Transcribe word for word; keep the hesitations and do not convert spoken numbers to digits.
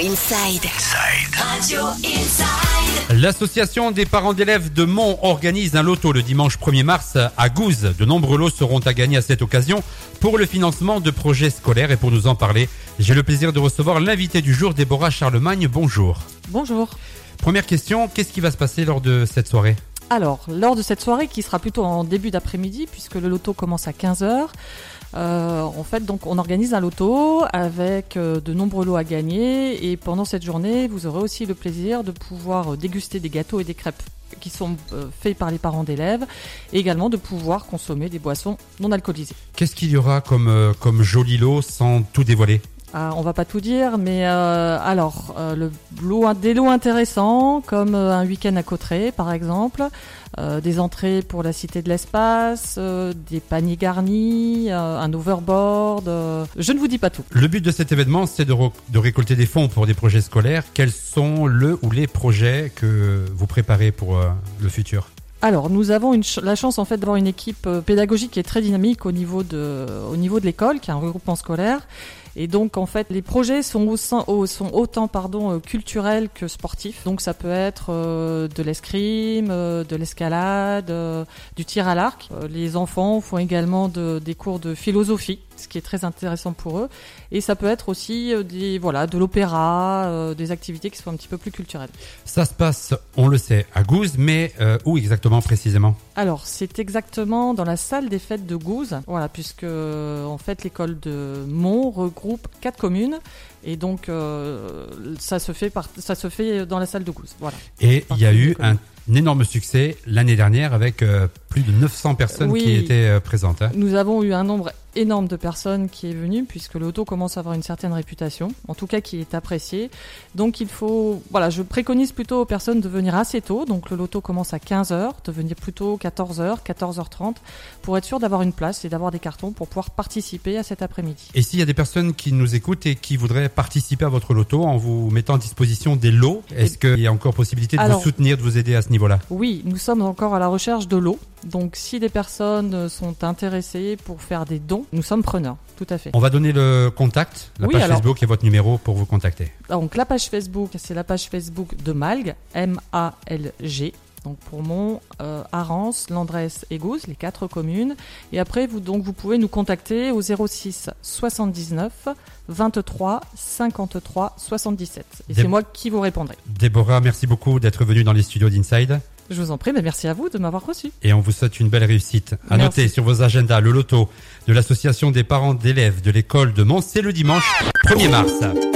Inside. Inside. Radio Inside. L'association des parents d'élèves de Mont organise un loto le dimanche premier mars à Gouze. De nombreux lots seront à gagner à cette occasion pour le financement de projets scolaires. Et pour nous en parler, j'ai le plaisir de recevoir l'invité du jour, Déborah Charlemagne. Bonjour. Bonjour. Première question, qu'est-ce qui va se passer lors de cette soirée ? Alors, lors de cette soirée qui sera plutôt en début d'après-midi puisque le loto commence à quinze heures, euh, en fait, donc, on organise un loto avec euh, de nombreux lots à gagner et pendant cette journée, vous aurez aussi le plaisir de pouvoir déguster des gâteaux et des crêpes qui sont euh, faits par les parents d'élèves et également de pouvoir consommer des boissons non alcoolisées. Qu'est-ce qu'il y aura comme, euh, comme joli lot sans tout dévoiler ? Ah, on va pas tout dire, mais euh, alors euh, le lot, des lots intéressants comme euh, un week-end à Cauterets par exemple, euh, des entrées pour la Cité de l'Espace, euh, des paniers garnis, euh, un overboard. Euh, je ne vous dis pas tout. Le but de cet événement, c'est de, re- de récolter des fonds pour des projets scolaires. Quels sont le ou les projets que vous préparez pour euh, le futur ? Alors, nous avons une ch- la chance en fait d'avoir une équipe euh, pédagogique qui est très dynamique au niveau de, au niveau de l'école, qui est un regroupement scolaire. Et donc, en fait, les projets sont, au sein, au, sont autant pardon, euh, culturels que sportifs. Donc, ça peut être euh, de l'escrime, euh, de l'escalade, euh, du tir à l'arc. Euh, les enfants font également de, des cours de philosophie, ce qui est très intéressant pour eux. Et ça peut être aussi euh, des, voilà, de l'opéra, euh, des activités qui sont un petit peu plus culturelles. Ça se passe, on le sait, à Gouze, mais euh, où exactement précisément ? Alors, c'est exactement dans la salle des fêtes de Gouze, voilà, puisque en fait l'école de Mont regroupe quatre communes et donc euh, ça se fait par, ça se fait dans la salle de Gouze, voilà. Et il y a eu un, un énorme succès l'année dernière avec euh, plus de neuf cents personnes oui, qui étaient euh, présentes. Hein. Nous avons eu un nombre énorme de personnes qui est venu puisque le loto commence à avoir une certaine réputation, en tout cas qui est apprécié. Donc il faut, voilà, je préconise plutôt aux personnes de venir assez tôt. Donc le loto commence à quinze heures, de venir plutôt quatorze heures, quatorze heures trente pour être sûr d'avoir une place et d'avoir des cartons pour pouvoir participer à cet après-midi. Et s'il y a des personnes qui nous écoutent et qui voudraient participer à votre loto en vous mettant à disposition des lots, est-ce qu'il y a encore possibilité de Alors, vous soutenir, de vous aider à ce niveau-là ? Oui, nous sommes encore à la recherche de lots. Donc si des personnes sont intéressées pour faire des dons, nous sommes preneurs, tout à fait. On va donner le contact, la oui, page alors, Facebook et votre numéro pour vous contacter. Donc la page Facebook, c'est la page Facebook de Malg, M A L G. Donc pour Mont, euh, Arance, Landresse et Gouze, les quatre communes. Et après, vous, donc, vous pouvez nous contacter au zéro six soixante-dix-neuf vingt-trois cinquante-trois soixante-dix-sept. Et Dé- c'est moi qui vous répondrai. Déborah, merci beaucoup d'être venue dans les studios d'Inside. Je vous en prie, mais merci à vous de m'avoir reçu. Et on vous souhaite une belle réussite. À Merci. noter sur vos agendas le loto de l'association des parents d'élèves de l'école de Mont, c'est le dimanche premier mars.